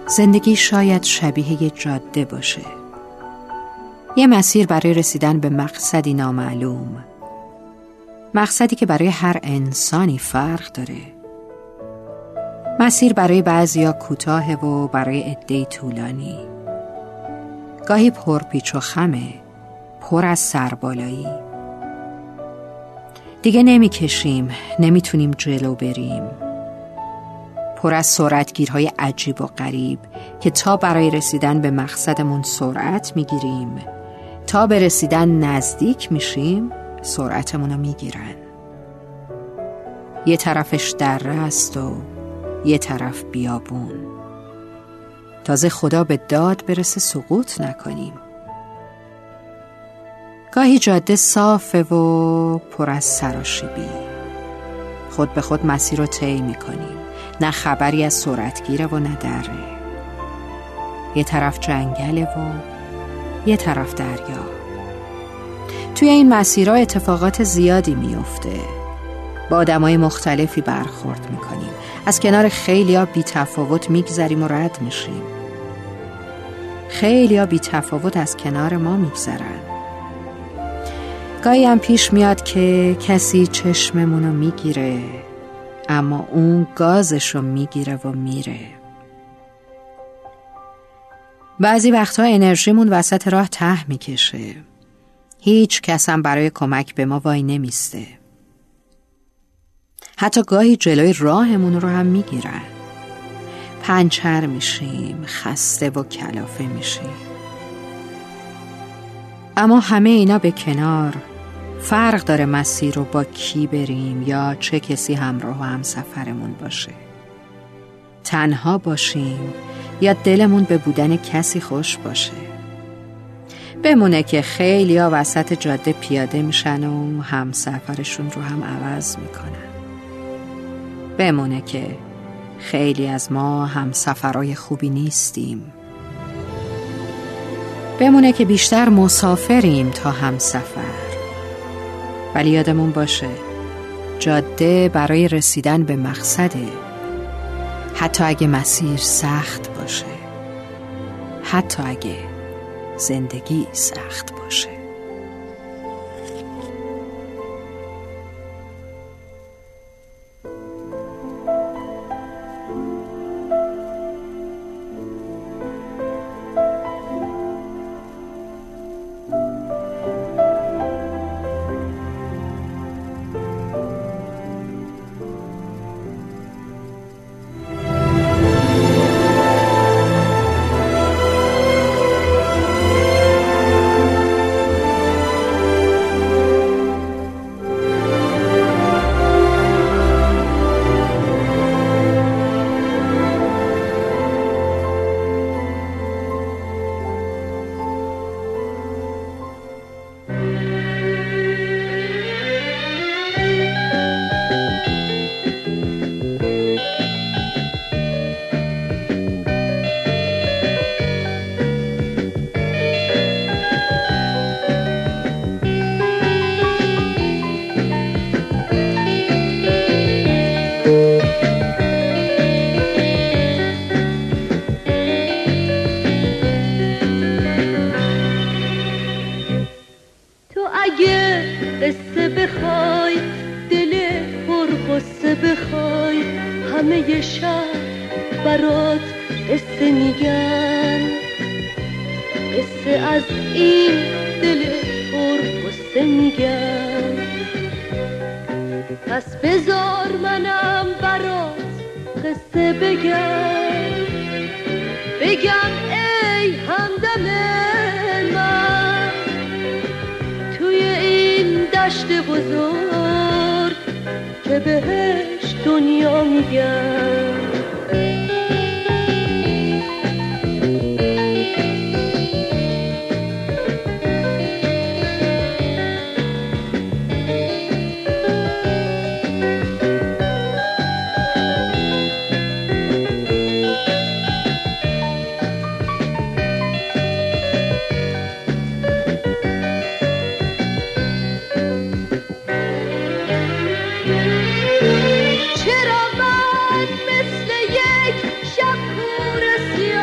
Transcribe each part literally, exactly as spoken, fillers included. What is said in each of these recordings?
زندگی شاید شبیه یه جاده باشه، یه مسیر برای رسیدن به مقصدی نامعلوم، مقصدی که برای هر انسانی فرق داره. مسیر برای بعضیا کوتاه و برای عده‌ای طولانی، گاهی پرپیچ و خمه، پر از سربالایی. دیگه نمیکشیم، نمیتونیم جلو بریم، پر از سرعتگیرهای عجیب و غریب که تا برای رسیدن به مقصدمون سرعت میگیریم، تا به رسیدن نزدیک میشیم سرعتمونو میگیرن. یه طرفش دره است و یه طرف بیابون. تازه خدا به داد برسه سقوط نکنیم. گاهی جاده صافه و پر از سراشیبی، خود به خود مسیر رو طی میکنیم، نه خبری از سرعتگیره و نه دره. یه طرف جنگله و یه طرف دریا. توی این مسیرها اتفاقات زیادی میفته، با آدمای مختلفی برخورد میکنیم، از کنار خیلیا بی تفاوت میگذریم و رد میشیم، خیلیا بی تفاوت از کنار ما میگذرن. گاهی هم پیش میاد که کسی چشممونو میگیره، اما اون گازشو میگیره و میره. بعضی وقتها انرژیمون وسط راه ته میکشه، هیچ کس هم برای کمک به ما وای نمیسته. حتی گاهی جلوی راهمون رو هم میگیرن، پنچر میشیم، خسته و کلافه میشیم. اما همه اینا به کنار، فرق داره مسیر رو با کی بریم یا چه کسی همراه و هم سفرمون باشه. تنها باشیم یا دلمون به بودن کسی خوش باشه. بمونه که خیلی ها وسط جاده پیاده میشن و هم سفرشون رو هم عوض میکنن. بمونه که خیلی از ما هم سفرهای خوبی نیستیم. بمونه که بیشتر مسافریم تا هم سفر. ولی یادمون باشه جاده برای رسیدن به مقصده، حتی اگه مسیر سخت باشه، حتی اگه زندگی سخت باشه. قصه بخوای، دل پر قصه بخوای، همه شب برات قصه میگن، قصه از این دل پر قصه میگن. پس بذار منم برات قصه بگم، بگم ای همدم من، توی این دشت بزرگ که بهش دنیا میگن. Chera man misle yek shab pur siya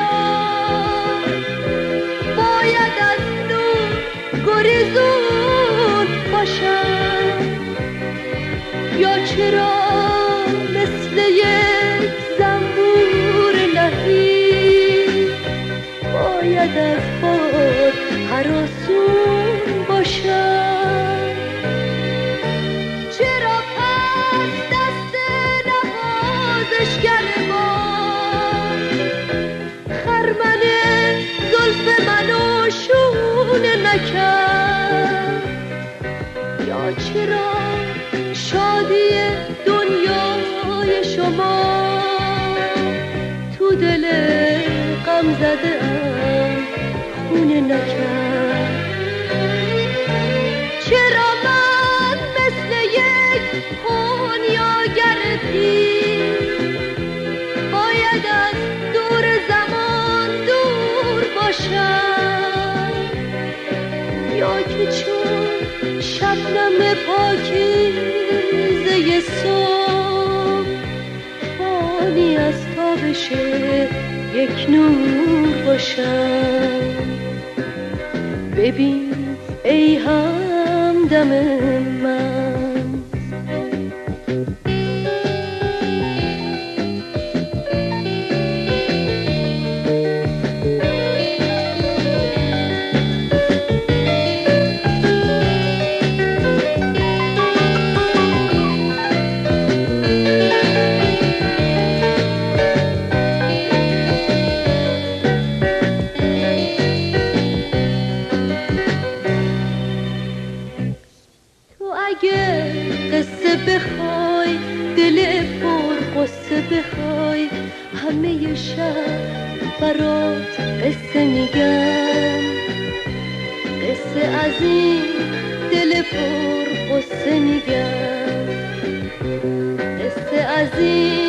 یا چرا مثل یک زنبور نهی باید از خود هراسون باشم؟ چرا پس دست نوازشگر ما خرمن زلف منو شونه نکرد؟ یا چرا شادی دنیای شما تو دل غم زده ام خونه نکرد؟ چرا من مثل یک خونیاگر پیر باید از دور زمان دور باشم؟ یا که چون شبنم پاکیزه صبح فانی از تابش یک نور باشم؟ ببین ای همدم من، اگه قصه بخوای دل پر قصه بخوای همه شب برات قصه میگم. قصه از این دل پر قصه میگم، قصه از این